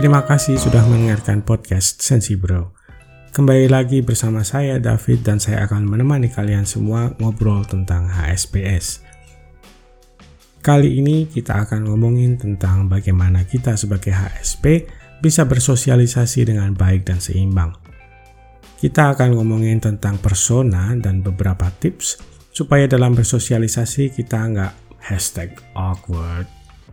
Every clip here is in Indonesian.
Terima kasih sudah mendengarkan podcast Sensi Bro. Kembali lagi bersama saya David dan saya akan menemani kalian semua ngobrol tentang HSPS. Kali ini kita akan ngomongin tentang bagaimana kita sebagai HSP bisa bersosialisasi dengan baik dan seimbang. Kita akan ngomongin tentang persona dan beberapa tips supaya dalam bersosialisasi kita nggak #awkward.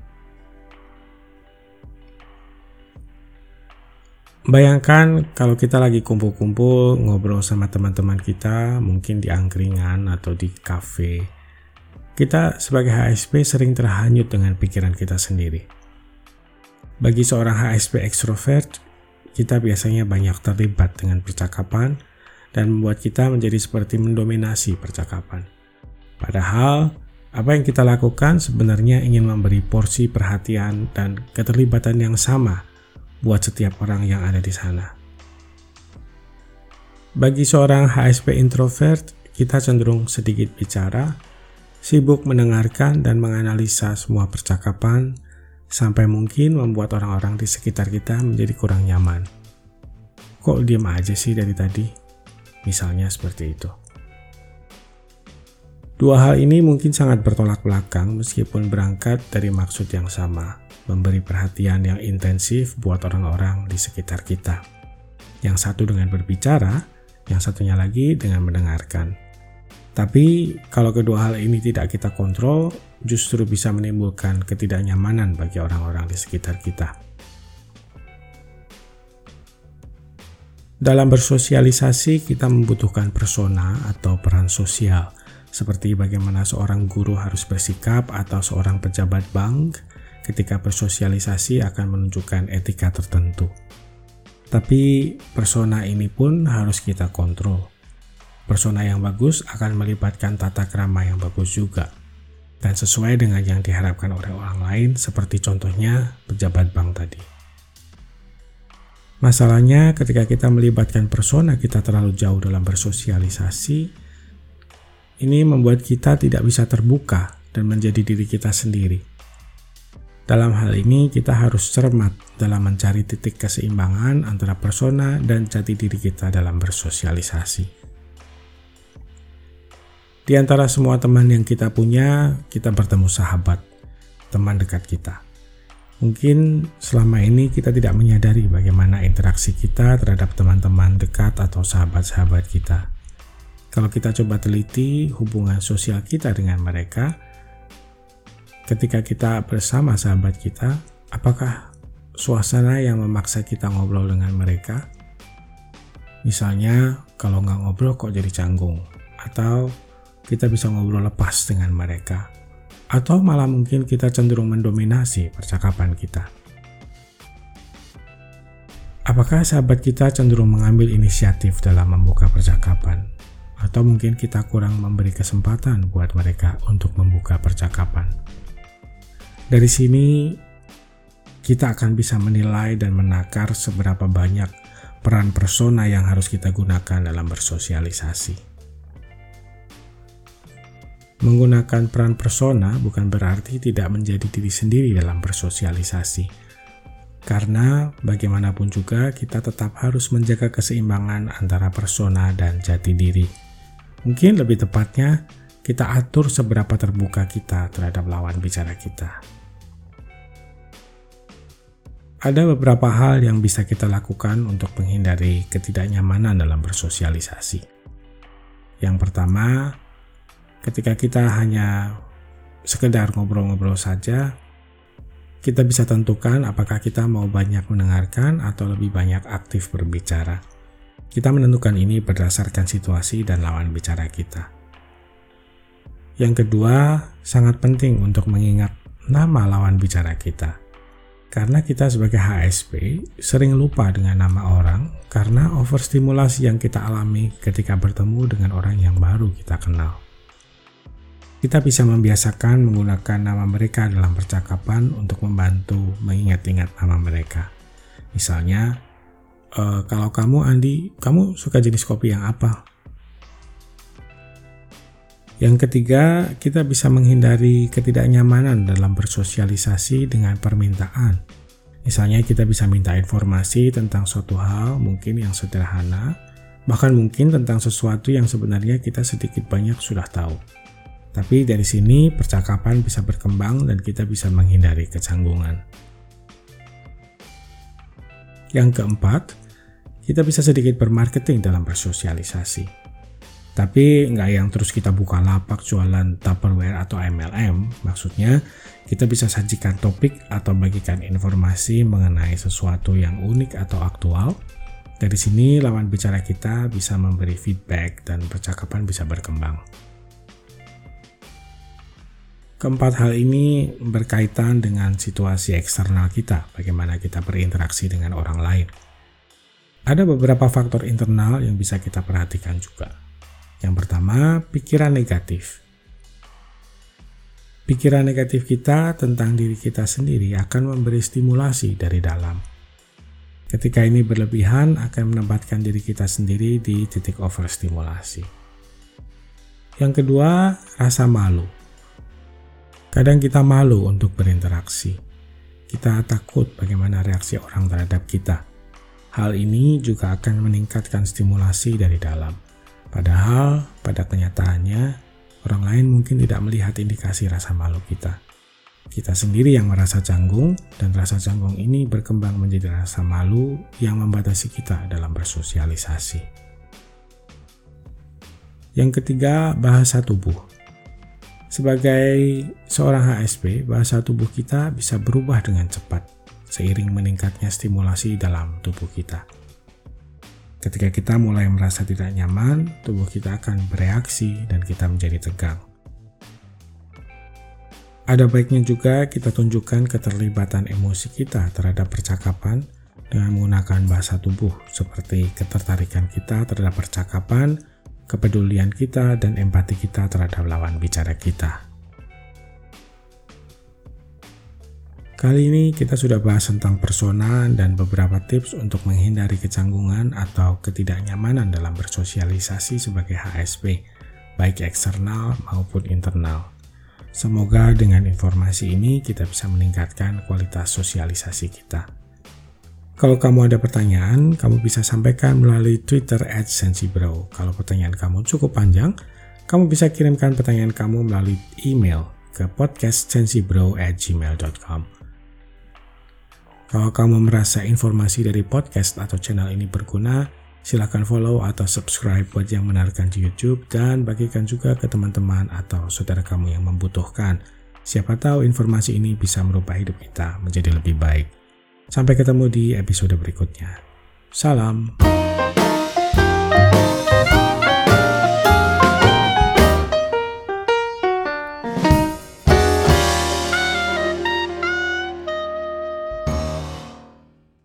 Bayangkan kalau kita lagi kumpul-kumpul ngobrol sama teman-teman kita, mungkin di angkringan atau di kafe. Kita sebagai HSP sering terhanyut dengan pikiran kita sendiri. Bagi seorang HSP ekstrovert, kita biasanya banyak terlibat dengan percakapan dan membuat kita menjadi seperti mendominasi percakapan. Padahal, apa yang kita lakukan sebenarnya ingin memberi porsi perhatian dan keterlibatan yang sama buat setiap orang yang ada di sana. Bagi seorang HSP introvert, kita cenderung sedikit bicara, sibuk mendengarkan dan menganalisa semua percakapan, sampai mungkin membuat orang-orang di sekitar kita menjadi kurang nyaman. Kok diam aja sih dari tadi? Misalnya seperti itu. Dua hal ini mungkin sangat bertolak belakang meskipun berangkat dari maksud yang sama, memberi perhatian yang intensif buat orang-orang di sekitar kita. Yang satu dengan berbicara, yang satunya lagi dengan mendengarkan. Tapi kalau kedua hal ini tidak kita kontrol, justru bisa menimbulkan ketidaknyamanan bagi orang-orang di sekitar kita. Dalam bersosialisasi, kita membutuhkan persona atau peran sosial, seperti bagaimana seorang guru harus bersikap atau seorang pejabat bank ketika bersosialisasi akan menunjukkan etika tertentu. Tapi persona ini pun harus kita kontrol. Persona yang bagus akan melibatkan tata krama yang bagus juga, dan sesuai dengan yang diharapkan oleh orang lain, seperti contohnya pejabat bank tadi. Masalahnya ketika kita melibatkan persona kita terlalu jauh dalam bersosialisasi, ini membuat kita tidak bisa terbuka dan menjadi diri kita sendiri. Dalam hal ini kita harus cermat dalam mencari titik keseimbangan antara persona dan jati diri kita dalam bersosialisasi. Di antara semua teman yang kita punya, kita bertemu sahabat, teman dekat kita. Mungkin selama ini kita tidak menyadari bagaimana interaksi kita terhadap teman-teman dekat atau sahabat-sahabat kita. Kalau kita coba teliti hubungan sosial kita dengan mereka, ketika kita bersama sahabat kita, apakah suasana yang memaksa kita ngobrol dengan mereka? Misalnya, kalau nggak ngobrol kok jadi canggung, atau kita bisa ngobrol lepas dengan mereka, atau malah mungkin kita cenderung mendominasi percakapan kita. Apakah sahabat kita cenderung mengambil inisiatif dalam membuka percakapan? Atau mungkin kita kurang memberi kesempatan buat mereka untuk membuka percakapan. Dari sini, kita akan bisa menilai dan menakar seberapa banyak peran persona yang harus kita gunakan dalam bersosialisasi. Menggunakan peran persona bukan berarti tidak menjadi diri sendiri dalam bersosialisasi. Karena bagaimanapun juga kita tetap harus menjaga keseimbangan antara persona dan jati diri. Mungkin lebih tepatnya, kita atur seberapa terbuka kita terhadap lawan bicara kita. Ada beberapa hal yang bisa kita lakukan untuk menghindari ketidaknyamanan dalam bersosialisasi. Yang pertama, ketika kita hanya sekedar ngobrol-ngobrol saja, kita bisa tentukan apakah kita mau banyak mendengarkan atau lebih banyak aktif berbicara. Kita menentukan ini berdasarkan situasi dan lawan bicara kita. Yang kedua, sangat penting untuk mengingat nama lawan bicara kita. Karena kita sebagai HSP sering lupa dengan nama orang karena overstimulasi yang kita alami ketika bertemu dengan orang yang baru kita kenal. Kita bisa membiasakan menggunakan nama mereka dalam percakapan untuk membantu mengingat-ingat nama mereka. Misalnya, kalau kamu Andi, kamu suka jenis kopi yang apa? Yang ketiga, kita bisa menghindari ketidaknyamanan dalam bersosialisasi dengan permintaan. Misalnya kita bisa minta informasi tentang suatu hal mungkin yang sederhana, bahkan mungkin tentang sesuatu yang sebenarnya kita sedikit banyak sudah tahu. Tapi dari sini percakapan bisa berkembang dan kita bisa menghindari kecanggungan. Yang keempat, kita bisa sedikit bermarketing dalam bersosialisasi. Tapi nggak yang terus kita buka lapak jualan Tupperware atau MLM. Maksudnya kita bisa sajikan topik atau bagikan informasi mengenai sesuatu yang unik atau aktual. Dari sini lawan bicara kita bisa memberi feedback dan percakapan bisa berkembang. Keempat hal ini berkaitan dengan situasi eksternal kita, bagaimana kita berinteraksi dengan orang lain. Ada beberapa faktor internal yang bisa kita perhatikan juga. Yang pertama, pikiran negatif. Pikiran negatif kita tentang diri kita sendiri akan memberi stimulasi dari dalam. Ketika ini berlebihan, akan menempatkan diri kita sendiri di titik overstimulasi. Yang kedua, rasa malu. Kadang kita malu untuk berinteraksi. Kita takut bagaimana reaksi orang terhadap kita. Hal ini juga akan meningkatkan stimulasi dari dalam. Padahal pada kenyataannya orang lain mungkin tidak melihat indikasi rasa malu kita. Kita sendiri yang merasa canggung dan rasa canggung ini berkembang menjadi rasa malu yang membatasi kita dalam bersosialisasi. Yang ketiga, bahasa tubuh. Sebagai seorang HSP, bahasa tubuh kita bisa berubah dengan cepat seiring meningkatnya stimulasi dalam tubuh kita. Ketika kita mulai merasa tidak nyaman, tubuh kita akan bereaksi dan kita menjadi tegang. Ada baiknya juga kita tunjukkan keterlibatan emosi kita terhadap percakapan dengan menggunakan bahasa tubuh seperti ketertarikan kita terhadap percakapan, kepedulian kita, dan empati kita terhadap lawan bicara kita. Kali ini kita sudah bahas tentang persona dan beberapa tips untuk menghindari kecanggungan atau ketidaknyamanan dalam bersosialisasi sebagai HSP, baik eksternal maupun internal. Semoga dengan informasi ini kita bisa meningkatkan kualitas sosialisasi kita. Kalau kamu ada pertanyaan, kamu bisa sampaikan melalui Twitter @sensibro. Kalau pertanyaan kamu cukup panjang, kamu bisa kirimkan pertanyaan kamu melalui email ke podcastsensibro@gmail.com. Kalau kamu merasa informasi dari podcast atau channel ini berguna, silakan follow atau subscribe buat yang mendengarkan di YouTube dan bagikan juga ke teman-teman atau saudara kamu yang membutuhkan. Siapa tahu informasi ini bisa merubah hidup kita menjadi lebih baik. Sampai ketemu di episode berikutnya. Salam.